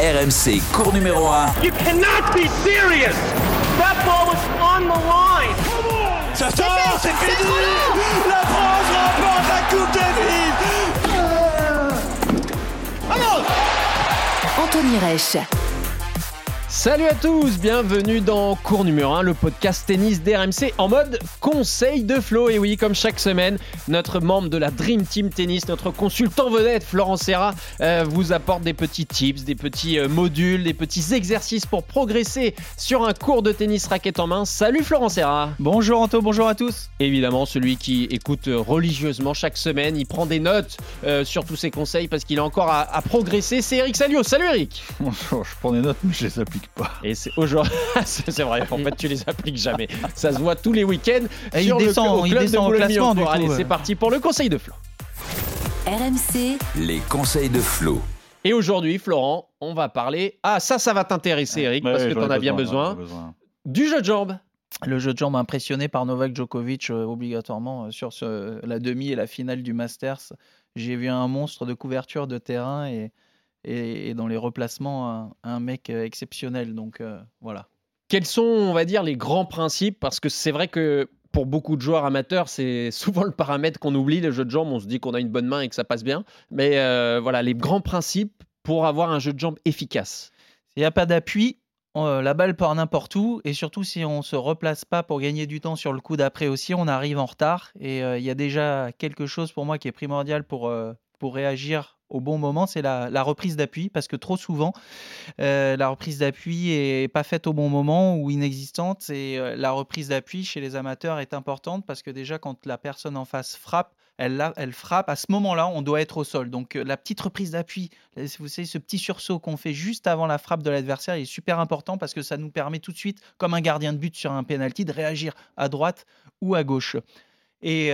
RMC, cours numéro 1. You cannot be serious. That ball was on the line. Ça sort, c'est fini. La France remporte la Coupe Davis. Vamos. Anthony Reich. Salut à tous, bienvenue dans Cours numéro 1, le podcast tennis d'RMC en mode conseil de Flo. Et oui, comme chaque semaine, notre membre de la Dream Team Tennis, notre consultant vedette Florent Serra, vous apporte des petits tips, des petits modules, des petits exercices pour progresser sur un cours de tennis raquette en main. Salut Florent Serra. Bonjour Anto, bonjour à tous. Évidemment, celui qui écoute religieusement chaque semaine, il prend des notes sur tous ses conseils parce qu'il a encore à progresser. C'est Eric Salio. Salut Eric. Bonjour, je prends des notes mais je les applique pas. Et c'est aujourd'hui, c'est vrai, en fait tu les appliques jamais. Ça se voit tous les week-ends. Et sur il descend au classement du coup. Allez, c'est parti pour le conseil de Flo. RMC, Les conseils de Flo. Et aujourd'hui, Florent, on va parler. Ah, ça va t'intéresser, Eric, parce que t'en as bien besoin. Du jeu de jambes. Le jeu de jambes impressionné par Novak Djokovic obligatoirement sur la demi et la finale du Masters. J'ai vu un monstre de couverture de terrain et dans les replacements, un mec exceptionnel. Donc voilà. Quels sont, on va dire, les grands principes ? Parce que c'est vrai que pour beaucoup de joueurs amateurs, c'est souvent le paramètre qu'on oublie, le jeu de jambes. On se dit qu'on a une bonne main et que ça passe bien. Mais voilà, les grands principes pour avoir un jeu de jambes efficace. S'il n'y a pas d'appui, la balle part n'importe où. Et surtout, si on ne se replace pas pour gagner du temps sur le coup d'après aussi, on arrive en retard. Et il y a déjà quelque chose pour moi qui est primordial pour réagir au bon moment, c'est la reprise d'appui, parce que trop souvent, la reprise d'appui n'est pas faite au bon moment ou inexistante. Et la reprise d'appui chez les amateurs est importante parce que déjà, quand la personne en face frappe, elle frappe. À ce moment-là, on doit être au sol. Donc, la petite reprise d'appui, vous savez, ce petit sursaut qu'on fait juste avant la frappe de l'adversaire, il est super important parce que ça nous permet tout de suite, comme un gardien de but sur un penalty, de réagir à droite ou à gauche. Et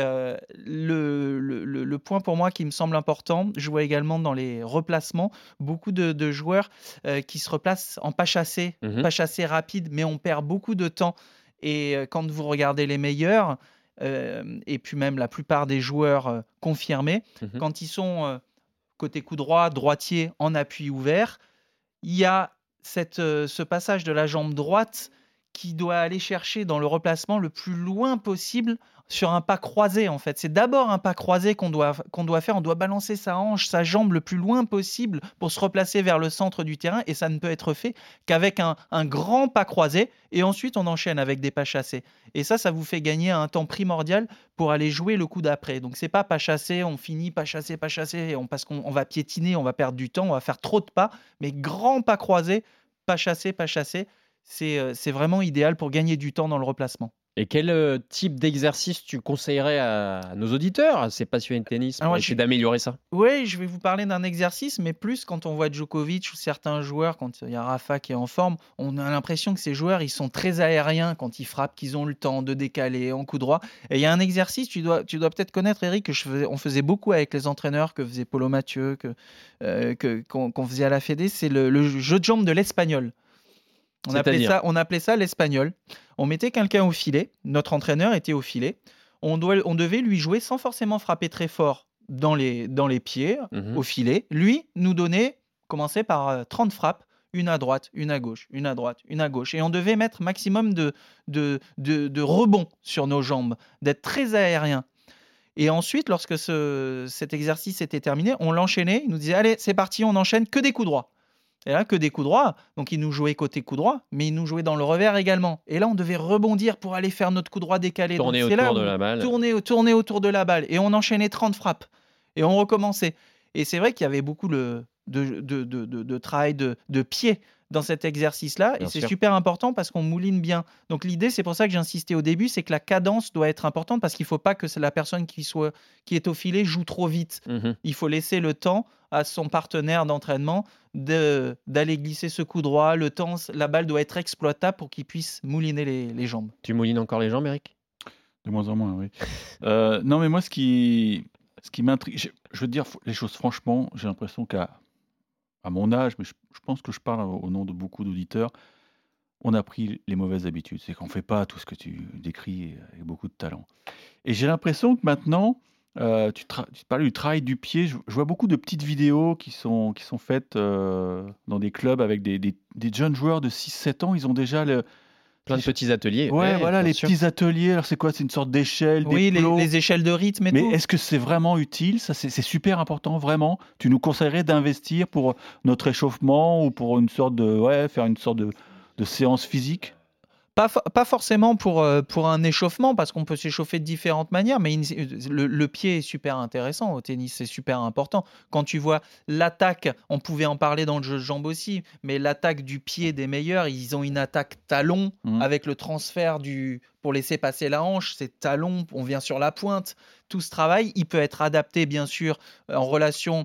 le point pour moi qui me semble important, je vois également dans les replacements beaucoup de joueurs qui se replacent en pas chassé rapide, mais on perd beaucoup de temps. Et quand vous regardez les meilleurs, et puis même la plupart des joueurs confirmés, quand ils sont côté coup droit, droitier, en appui ouvert, il y a ce passage de la jambe droite qui doit aller chercher dans le replacement le plus loin possible sur un pas croisé en fait. C'est d'abord un pas croisé qu'on doit faire. On doit balancer sa hanche, sa jambe le plus loin possible pour se replacer vers le centre du terrain et ça ne peut être fait qu'avec un grand pas croisé et ensuite on enchaîne avec des pas chassés. Et ça vous fait gagner un temps primordial pour aller jouer le coup d'après. Donc c'est pas chassé, on finit pas chassé, parce qu'on va piétiner, on va perdre du temps, on va faire trop de pas, mais grand pas croisé, pas chassé. C'est vraiment idéal pour gagner du temps dans le replacement. Et quel type d'exercice tu conseillerais à nos auditeurs, à ces passionnés de tennis, pour essayer d'améliorer ça ? Oui, je vais vous parler d'un exercice, mais plus quand on voit Djokovic ou certains joueurs, quand il y a Rafa qui est en forme, on a l'impression que ces joueurs, ils sont très aériens quand ils frappent, qu'ils ont le temps de décaler en coup droit. Et il y a un exercice, tu dois peut-être connaître, Eric, on faisait beaucoup avec les entraîneurs, que faisait Paulo Mathieu, qu'on faisait à la Fédé, c'est le jeu de jambes de l'espagnol. On appelait ça l'espagnol. On mettait quelqu'un au filet. Notre entraîneur était au filet. On devait lui jouer sans forcément frapper très fort dans les pieds, au filet. Lui nous commençait par 30 frappes, une à droite, une à gauche, une à droite, une à gauche. Et on devait mettre maximum de rebonds sur nos jambes, d'être très aérien. Et ensuite, lorsque cet exercice était terminé, on l'enchaînait. Il nous disait « Allez, c'est parti, on enchaîne que des coups droits ». Et là, que des coups droits. Donc, il nous jouait côté coup droit, mais il nous jouait dans le revers également. Et là, on devait rebondir pour aller faire notre coup droit décalé. Tourner autour de la balle. Tourner autour de la balle. Et on enchaînait 30 frappes. Et on recommençait. Et c'est vrai qu'il y avait beaucoup de travail de pied dans cet exercice-là. Et c'est super important parce qu'on mouline bien. Donc, l'idée, c'est pour ça que j'insistais au début, c'est que la cadence doit être importante parce qu'il ne faut pas que la personne qui est au filet joue trop vite. Il faut laisser le temps à son partenaire d'entraînement d'aller glisser ce coup droit. Le temps, la balle doit être exploitable pour qu'il puisse mouliner les jambes. Tu moulines encore les jambes, Eric ? De moins en moins, oui. Non, mais moi, ce qui m'intrigue, je veux dire les choses franchement, j'ai l'impression qu'à mon âge, mais je pense que je parle au nom de beaucoup d'auditeurs, on a pris les mauvaises habitudes. C'est qu'on ne fait pas tout ce que tu décris avec beaucoup de talent. Et j'ai l'impression que maintenant, Tu parlais du travail du pied. Je vois beaucoup de petites vidéos qui sont faites dans des clubs avec des jeunes joueurs de 6-7 ans. Ils ont déjà Plein de petits ateliers. Ouais, voilà, bien les sûr. petits ateliers. Alors, c'est quoi? C'est une sorte d'échelle, Oui, des plots. les échelles de rythme et Mais tout. est-ce que c'est vraiment utile? Ça, c'est super important, vraiment. Tu nous conseillerais d'investir pour notre échauffement ou pour faire une sorte de séance physique? Pas forcément pour un échauffement, parce qu'on peut s'échauffer de différentes manières, mais le pied est super intéressant au tennis, c'est super important. Quand tu vois l'attaque, on pouvait en parler dans le jeu de jambes aussi, mais l'attaque du pied des meilleurs, ils ont une attaque talon avec le transfert pour laisser passer la hanche, c'est talon, on vient sur la pointe. Tout ce travail, il peut être adapté bien sûr en relation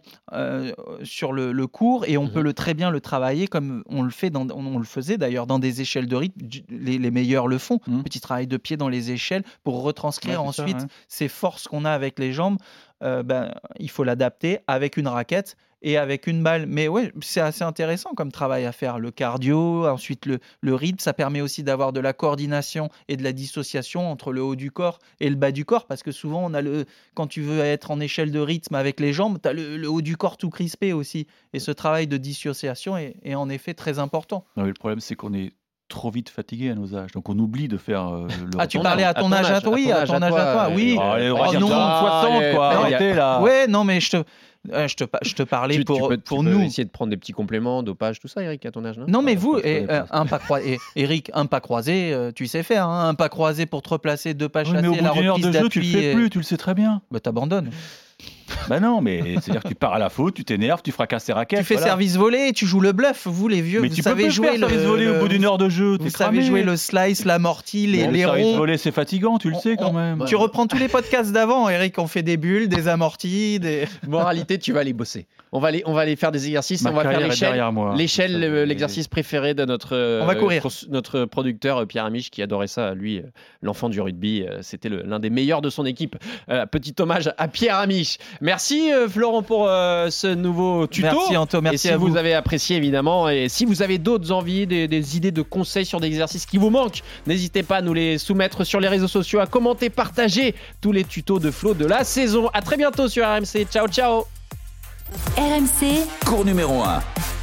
sur le court, et on peut très bien le travailler comme on le faisait d'ailleurs dans des échelles de rythme. Les meilleurs le font. Petit travail de pied dans les échelles pour retranscrire ensuite ces forces qu'on a avec les jambes. Il faut l'adapter avec une raquette et avec une balle. Mais ouais, c'est assez intéressant comme travail à faire. Le cardio, ensuite le rythme, ça permet aussi d'avoir de la coordination et de la dissociation entre le haut du corps et le bas du corps, parce que souvent, quand tu veux être en échelle de rythme avec les jambes, tu as le haut du corps tout crispé aussi. Et ce travail de dissociation est en effet très important. Non, mais le problème, c'est qu'on est trop vite fatigué à nos âges. Donc, on oublie de faire le tu parlais à ton âge à toi? Oui, à ton âge à toi. Oui. Allez, on va dire non, 60, quoi. Arrêtez, là. Ouais, non, mais je te parlais Tu pour peux nous. essayer de prendre des petits compléments, dopage, tout ça, Eric, à ton âge, non? Non, mais vous, un pas croisé, Eric, un pas croisé, tu sais faire, hein, un pas croisé pour te replacer, deux pas chassés, mais au bout la d'une heure reprise de jeu, tu le d'appui. fais plus, tu le sais très bien. Bah, t'abandonnes. Bah non, mais c'est-à-dire que tu pars à la faute, tu t'énerves, tu fracasses tes raquettes. Tu fais voilà. service volé, tu joues le bluff, vous les vieux, Mais vous tu peux savez pas jouer faire service volé au bout d'une heure de jeu. Vous savez jouer le slice, l'amorti, les Le service ronds. volé, c'est fatigant, tu le sais quand même. Tu reprends tous les podcasts d'avant, Eric, on fait des bulles, des amortis, des... Moralité, tu vas aller bosser. On va aller faire des exercices. Ma on va faire carrière est l'échelle. derrière moi. L'échelle, l'exercice préféré de notre, On va courir. notre producteur Pierre Amiche, qui adorait ça. Lui, l'enfant du rugby, c'était l'un des meilleurs de son équipe. Petit hommage à Pierre Amiche. Merci Florent pour ce nouveau tuto. Merci Anto, merci et si à vous. vous avez apprécié évidemment, et si vous avez d'autres envies, des idées de conseils sur des exercices qui vous manquent, n'hésitez pas à nous les soumettre sur les réseaux sociaux, à commenter, partager tous les tutos de Flo de la saison. À très bientôt sur RMC. Ciao, ciao. RMC, Cours numéro 1.